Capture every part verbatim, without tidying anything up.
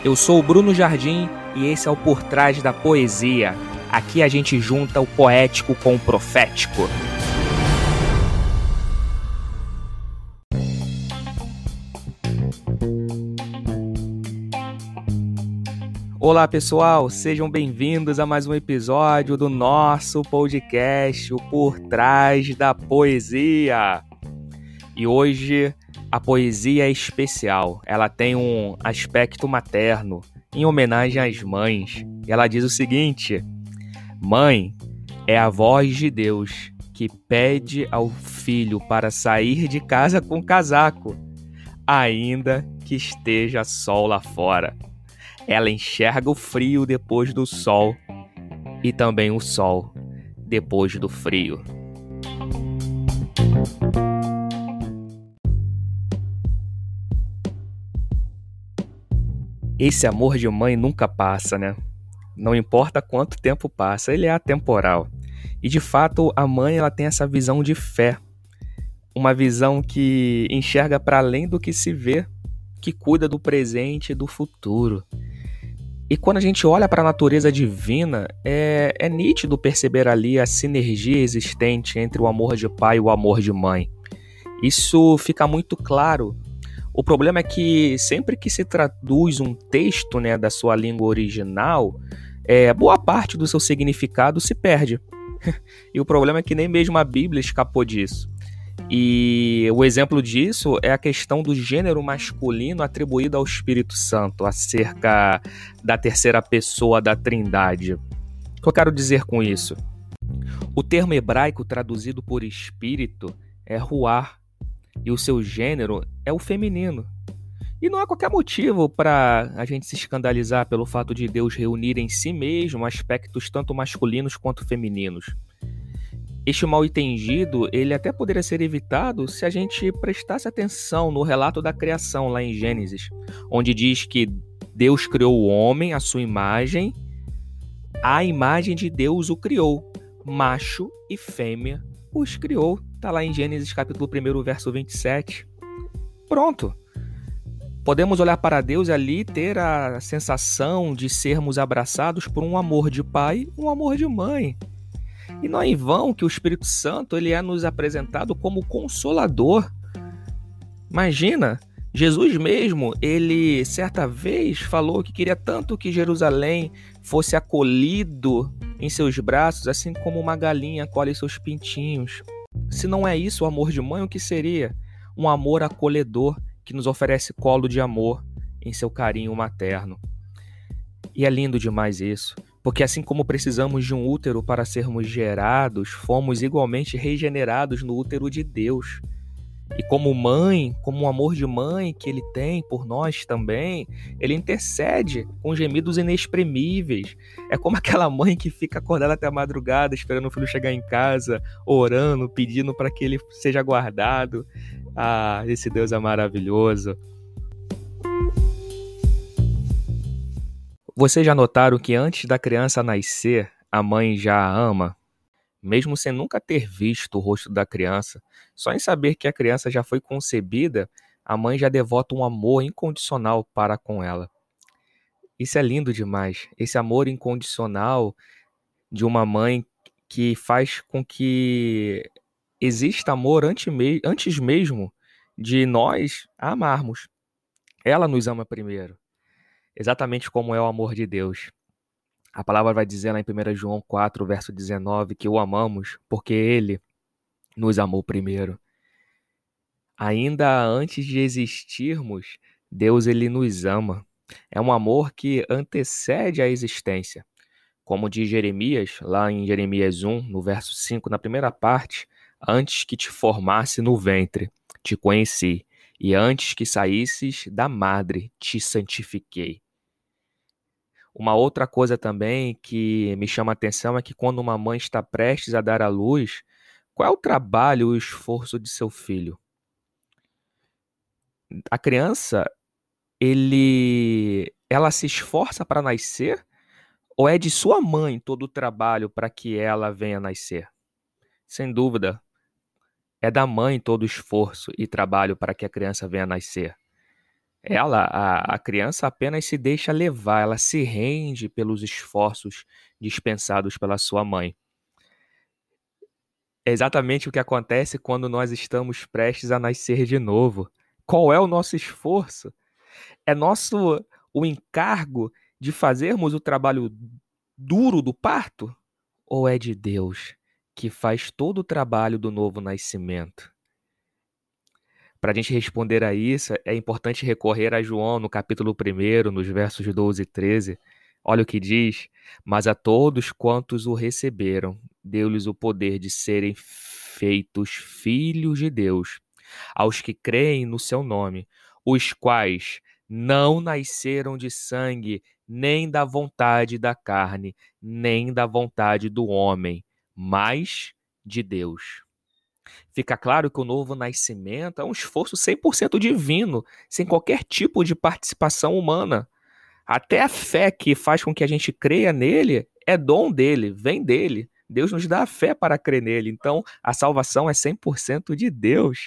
Eu sou o Bruno Jardim e esse é o Por Trás da Poesia. Aqui a gente junta o poético com o profético. Olá pessoal, sejam bem-vindos a mais um episódio do nosso podcast, o Por Trás da Poesia. E hoje a poesia é especial, ela tem um aspecto materno, em homenagem às mães. E ela diz o seguinte: mãe é a voz de Deus que pede ao filho para sair de casa com casaco, ainda que esteja sol lá fora. Ela enxerga o frio depois do sol e também o sol depois do frio. Esse amor de mãe nunca passa, né? Não importa quanto tempo passa, ele é atemporal. E de fato, a mãe ela tem essa visão de fé. Uma visão que enxerga para além do que se vê, que cuida do presente e do futuro. E quando a gente olha para a natureza divina, é, é nítido perceber ali a sinergia existente entre o amor de pai e o amor de mãe. Isso fica muito claro. O problema é que sempre que se traduz um texto, né, da sua língua original, é, boa parte do seu significado se perde. E o problema é que nem mesmo a Bíblia escapou disso. E o exemplo disso é a questão do gênero masculino atribuído ao Espírito Santo, acerca da terceira pessoa da Trindade. O que eu quero dizer com isso? O termo hebraico traduzido por espírito é ruar, e o seu gênero é o feminino. E não há qualquer motivo para a gente se escandalizar pelo fato de Deus reunir em si mesmo aspectos tanto masculinos quanto femininos. Este mal-entendido, ele até poderia ser evitado se a gente prestasse atenção no relato da criação lá em Gênesis, onde diz que Deus criou o homem à sua imagem, a imagem de Deus o criou, macho e fêmea os criou. Está lá em Gênesis capítulo um, verso vinte e sete. Pronto. Podemos olhar para Deus ali e ter a sensação de sermos abraçados por um amor de pai, um amor de mãe. E não é em vão que o Espírito Santo ele é nos apresentado como consolador. Imagina, Jesus mesmo, ele certa vez falou que queria tanto que Jerusalém fosse acolhido em seus braços, assim como uma galinha acolhe seus pintinhos. Se não é isso o amor de mãe, o que seria? Um amor acolhedor que nos oferece colo de amor em seu carinho materno. E é lindo demais isso. Porque assim como precisamos de um útero para sermos gerados, fomos igualmente regenerados no útero de Deus. E como mãe, como um amor de mãe que ele tem por nós também, ele intercede com gemidos inexprimíveis. É como aquela mãe que fica acordada até a madrugada, esperando o filho chegar em casa, orando, pedindo para que ele seja guardado. Ah, esse Deus é maravilhoso. Vocês já notaram que antes da criança nascer, a mãe já a ama? Mesmo sem nunca ter visto o rosto da criança, só em saber que a criança já foi concebida, a mãe já devota um amor incondicional para com ela. Isso é lindo demais, esse amor incondicional de uma mãe que faz com que exista amor antes mesmo de nós a amarmos. Ela nos ama primeiro. Exatamente como é o amor de Deus. A palavra vai dizer lá em primeiro João quatro, verso dezenove, que o amamos porque Ele nos amou primeiro. Ainda antes de existirmos, Deus ele nos ama. É um amor que antecede a existência. Como diz Jeremias, lá em Jeremias um, no verso cinco, na primeira parte, antes que te formasse no ventre, te conheci, e antes que saísses da madre, te santifiquei. Uma outra coisa também que me chama a atenção é que quando uma mãe está prestes a dar à luz, qual é o trabalho e o esforço de seu filho? A criança, ele, ela se esforça para nascer ou é de sua mãe todo o trabalho para que ela venha nascer? Sem dúvida, é da mãe todo o esforço e trabalho para que a criança venha nascer. Ela, a, a criança apenas se deixa levar, ela se rende pelos esforços dispensados pela sua mãe. É exatamente o que acontece quando nós estamos prestes a nascer de novo. Qual é o nosso esforço? É nosso o encargo de fazermos o trabalho duro do parto? Ou é de Deus que faz todo o trabalho do novo nascimento? Para a gente responder a isso, é importante recorrer a João no capítulo primeiro, nos versos doze e treze. Olha o que diz: Mas a todos quantos o receberam, deu-lhes o poder de serem feitos filhos de Deus, aos que creem no seu nome, os quais não nasceram de sangue, nem da vontade da carne, nem da vontade do homem, mas de Deus. Fica claro que o novo nascimento é um esforço cem por cento divino, sem qualquer tipo de participação humana. Até a fé que faz com que a gente creia nele é dom dele, vem dele. Deus nos dá a fé para crer nele. Então, a salvação é cem por cento de Deus.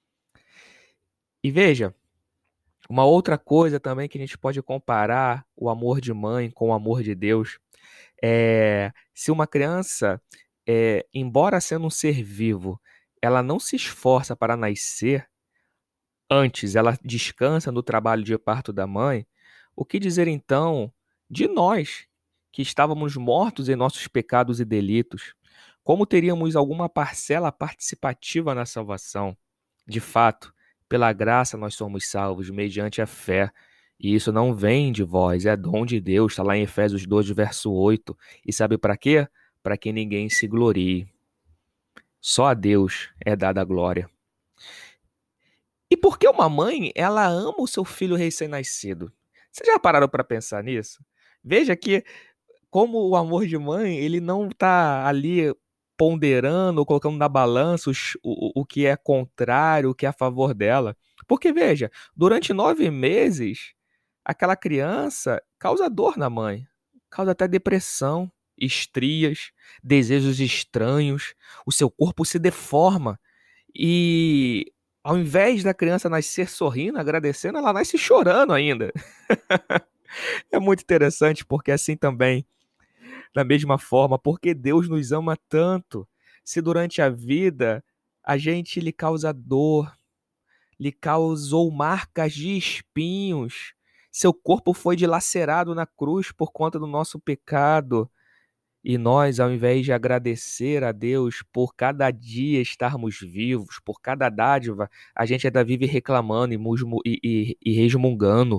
E veja, uma outra coisa também que a gente pode comparar o amor de mãe com o amor de Deus é se uma criança, é, embora sendo um ser vivo, ela não se esforça para nascer, antes ela descansa no trabalho de parto da mãe, o que dizer então de nós, que estávamos mortos em nossos pecados e delitos? Como teríamos alguma parcela participativa na salvação? De fato, pela graça nós somos salvos mediante a fé. E isso não vem de vós, é dom de Deus, está lá em Efésios dois, verso oito. E sabe para quê? Para que ninguém se glorie. Só a Deus é dada a glória. E por que uma mãe, ela ama o seu filho recém-nascido? Vocês já pararam para pensar nisso? Veja que como o amor de mãe, ele não está ali ponderando ou colocando na balança os- o, o o que é contrário, o que é a favor dela. Porque, veja, durante nove meses, aquela criança causa dor na mãe, causa até depressão, estrias, desejos estranhos, o seu corpo se deforma. E ao invés da criança nascer sorrindo, agradecendo, ela nasce chorando ainda. É muito interessante, porque assim também, da mesma forma, porque Deus nos ama tanto, se durante a vida a gente lhe causa dor, lhe causou marcas de espinhos, seu corpo foi dilacerado na cruz por conta do nosso pecado. E nós, ao invés de agradecer a Deus por cada dia estarmos vivos, por cada dádiva, a gente ainda vive reclamando e, musmo, e, e, e resmungando.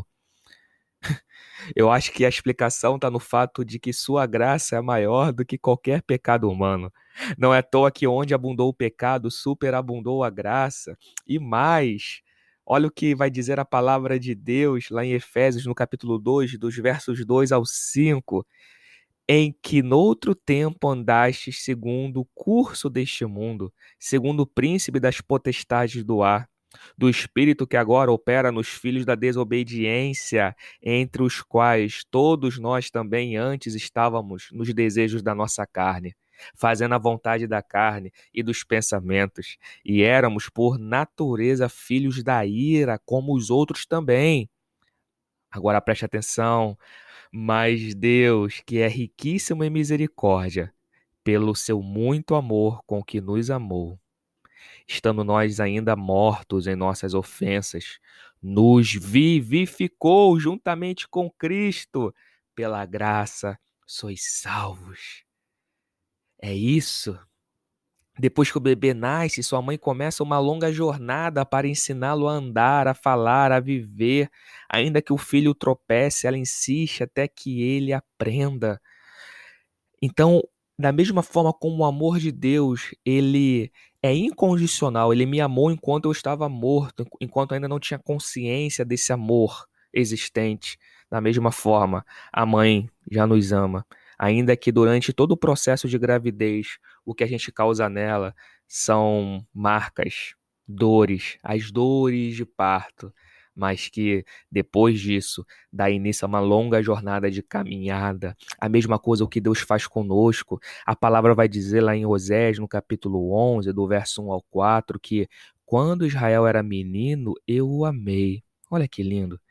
Eu acho que a explicação está no fato de que sua graça é maior do que qualquer pecado humano. Não é à toa que onde abundou o pecado, superabundou a graça. E mais, olha o que vai dizer a palavra de Deus lá em Efésios, no capítulo dois, dos versos dois ao cinco, em que noutro tempo andastes segundo o curso deste mundo, segundo o príncipe das potestades do ar, do espírito que agora opera nos filhos da desobediência, entre os quais todos nós também antes estávamos nos desejos da nossa carne, fazendo a vontade da carne e dos pensamentos, e éramos por natureza filhos da ira, como os outros também. Agora preste atenção. Mas Deus, que é riquíssimo em misericórdia, pelo seu muito amor com que nos amou, estando nós ainda mortos em nossas ofensas, nos vivificou juntamente com Cristo. Pela graça sois salvos. É isso. Depois que o bebê nasce, sua mãe começa uma longa jornada para ensiná-lo a andar, a falar, a viver. Ainda que o filho tropece, ela insiste até que ele aprenda. Então, da mesma forma como o amor de Deus, ele é incondicional, ele me amou enquanto eu estava morto, enquanto eu ainda não tinha consciência desse amor existente. Da mesma forma, a mãe já nos ama, ainda que durante todo o processo de gravidez, o que a gente causa nela são marcas, dores, as dores de parto, mas que depois disso dá início a uma longa jornada de caminhada. A mesma coisa o que Deus faz conosco. A palavra vai dizer lá em Osés, no capítulo onze, do verso um ao quatro, que quando Israel era menino, eu o amei. Olha que lindo.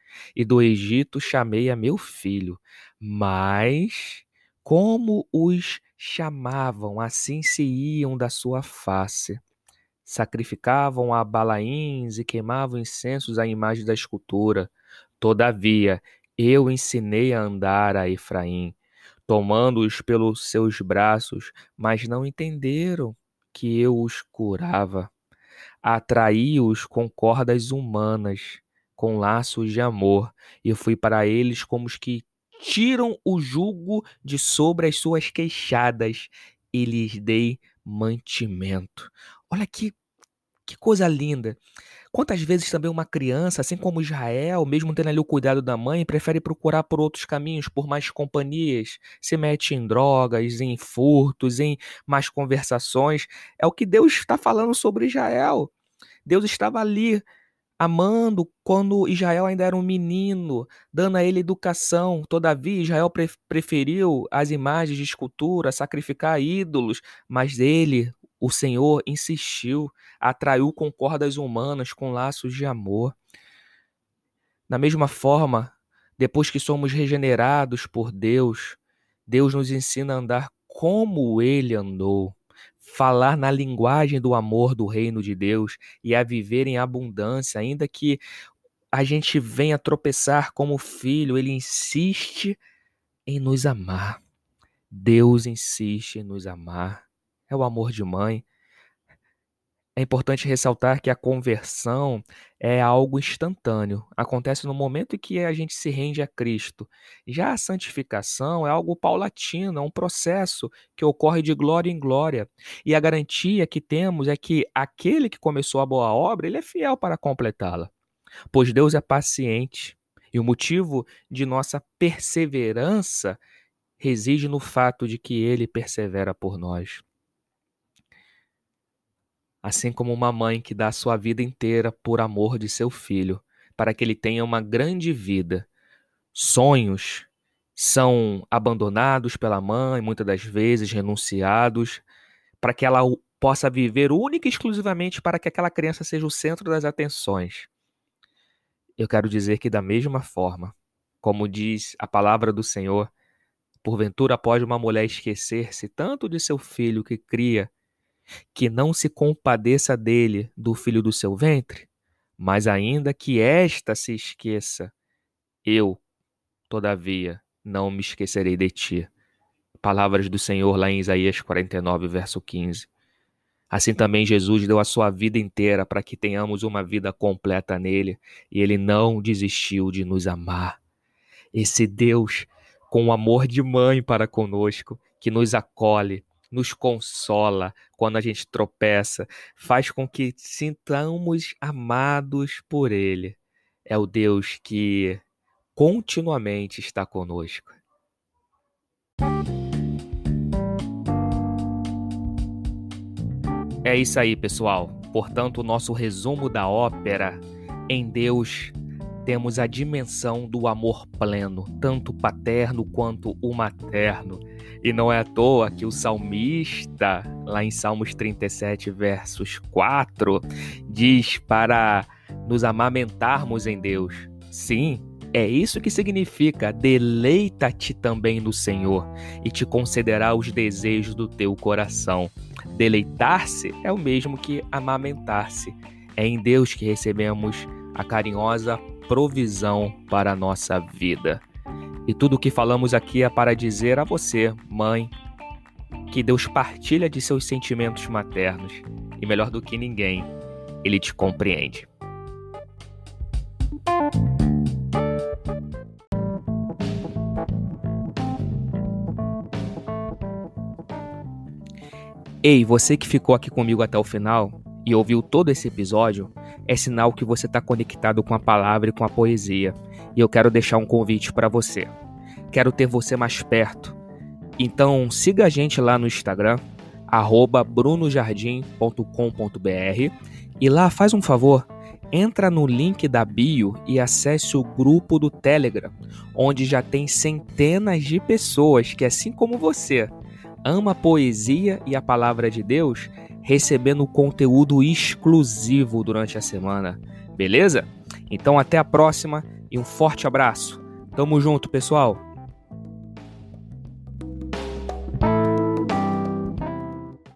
e do Egito chamei a meu filho. Mas, como os chamavam, assim se iam da sua face. Sacrificavam a Balaíns e queimavam incensos à imagem da escultura. Todavia, eu ensinei a andar a Efraim, tomando-os pelos seus braços, mas não entenderam que eu os curava. Atraí-os com cordas humanas, com laços de amor, e fui para eles como os que tiram o jugo de sobre as suas queixadas, e lhes dei mantimento. Olha que, que coisa linda. Quantas vezes também uma criança, assim como Israel, mesmo tendo ali o cuidado da mãe, prefere procurar por outros caminhos, por mais companhias, se mete em drogas, em furtos, em más conversações. É o que Deus está falando sobre Israel. Deus estava ali amando quando Israel ainda era um menino, dando a ele educação. Todavia, Israel pre- preferiu as imagens de escultura, sacrificar ídolos, mas ele, o Senhor, insistiu, atraiu com cordas humanas, com laços de amor. Da mesma forma, depois que somos regenerados por Deus, Deus nos ensina a andar como ele andou, falar na linguagem do amor do reino de Deus e a viver em abundância, ainda que a gente venha tropeçar como filho, ele insiste em nos amar. Deus insiste em nos amar. É o amor de mãe. É importante ressaltar que a conversão é algo instantâneo, acontece no momento em que a gente se rende a Cristo. Já a santificação é algo paulatino, é um processo que ocorre de glória em glória. E a garantia que temos é que aquele que começou a boa obra, ele é fiel para completá-la. Pois Deus é paciente, e o motivo de nossa perseverança reside no fato de que ele persevera por nós. Assim como uma mãe que dá a sua vida inteira por amor de seu filho, para que ele tenha uma grande vida. Sonhos são abandonados pela mãe, muitas das vezes renunciados, para que ela o- possa viver única e exclusivamente para que aquela criança seja o centro das atenções. Eu quero dizer que da mesma forma, como diz a palavra do Senhor, porventura pode uma mulher esquecer-se tanto de seu filho que cria, que não se compadeça dele, do filho do seu ventre? Mas ainda que esta se esqueça, eu, todavia, não me esquecerei de ti. Palavras do Senhor lá em Isaías quarenta e nove, verso quinze. Assim também Jesus deu a sua vida inteira para que tenhamos uma vida completa nele, e ele não desistiu de nos amar. Esse Deus com o amor de mãe para conosco, que nos acolhe, nos consola quando a gente tropeça, faz com que sintamos amados por Ele. É o Deus que continuamente está conosco. É isso aí, pessoal. Portanto, o nosso resumo da ópera: em Deus temos a dimensão do amor pleno, tanto paterno quanto o materno. E não é à toa que o salmista, lá em Salmos trinta e sete, versos quatro, diz para nos amamentarmos em Deus. Sim, é isso que significa: deleita-te também no Senhor e te concederá os desejos do teu coração. Deleitar-se é o mesmo que amamentar-se. É em Deus que recebemos a carinhosa provisão para a nossa vida. E tudo o que falamos aqui é para dizer a você, mãe, que Deus partilha de seus sentimentos maternos e, melhor do que ninguém, Ele te compreende. Ei, você que ficou aqui comigo até o final e ouviu todo esse episódio, é sinal que você está conectado com a palavra e com a poesia. E eu quero deixar um convite para você. Quero ter você mais perto. Então siga a gente lá no Instagram, arroba brunojardim ponto com ponto br, e lá faz um favor, entra no link da bio e acesse o grupo do Telegram, onde já tem centenas de pessoas que, assim como você, ama a poesia e a palavra de Deus, recebendo conteúdo exclusivo durante a semana. Beleza? Então até a próxima e e um forte abraço. Tamo junto, pessoal!